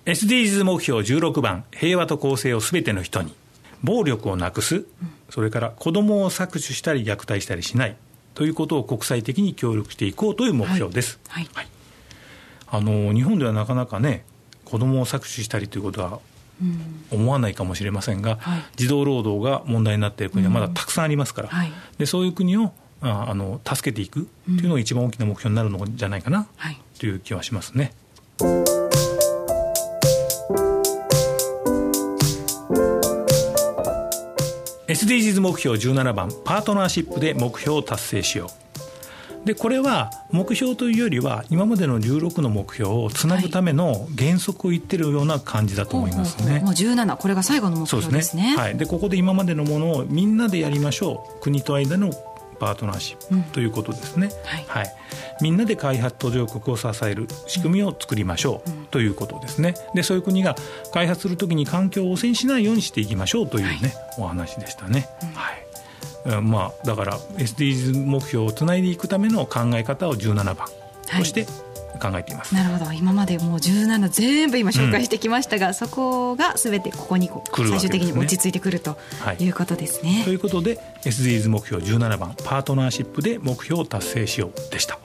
SDGs 目標16番、平和と公正をすべての人に。暴力をなくす、それから子どもを搾取したり虐待したりしないということを国際的に協力していこうという目標です、はいはいはい、日本ではなかなかね子どもを搾取したりということは思わないかもしれませんが、はい、児童労働が問題になっている国はまだたくさんありますから、はい、でそういう国を助けていくというのが一番大きな目標になるのじゃないかな、はい、という気はしますね。SDGs 目標17番、パートナーシップで目標を達成しよう。でこれは目標というよりは今までの16の目標をつなぐための原則を言ってるような感じだと思いますね。 もう17、これが最後の目標ですね。 そうですね、はい、でここで今までのものをみんなでやりましょう、国と間のパートナーシップということですね、はいはい、みんなで開発途上国を支える仕組みを作りましょうということですね。でそういう国が開発するときに環境を汚染しないようにしていきましょうというね、はい、お話でしたね、はい、だから SDGs 目標をつないでいくための考え方を17番として考えています、 なるほど。今までもう17全部今紹介してきましたが、そこが全てここに最終的に落ち着いてくるということですね、はい、 ということで SDGs 目標17番、パートナーシップで目標を達成しようでした。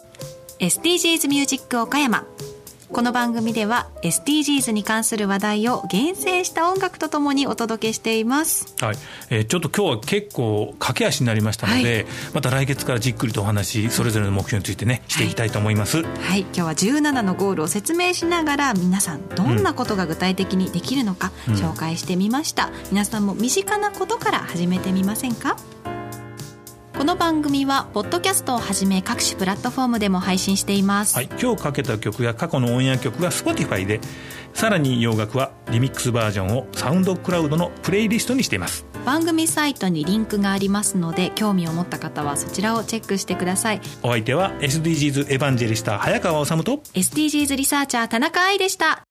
SDGs ミュージック岡山。この番組では SDGs に関する話題を厳選した音楽とともにお届けしています、 はい、ちょっと今日は結構駆け足になりましたので、はい、また来月からじっくりとお話それぞれの目標についてねしていきたいと思います、はいはい、今日は17のゴールを説明しながら皆さんどんなことが具体的にできるのか紹介してみました、皆さんも身近なことから始めてみませんか。この番組はポッドキャストをはじめ各種プラットフォームでも配信しています、 はい、今日かけた曲や過去のオンエア曲が Spotify で、さらに洋楽はリミックスバージョンをサウンドクラウドのプレイリストにしています。 番組サイトにリンクがありますので興味を持った方はそちらをチェックしてください。 お相手は SDGs エヴァンジェリスタ早川治と SDGs リサーチャー田中愛でした。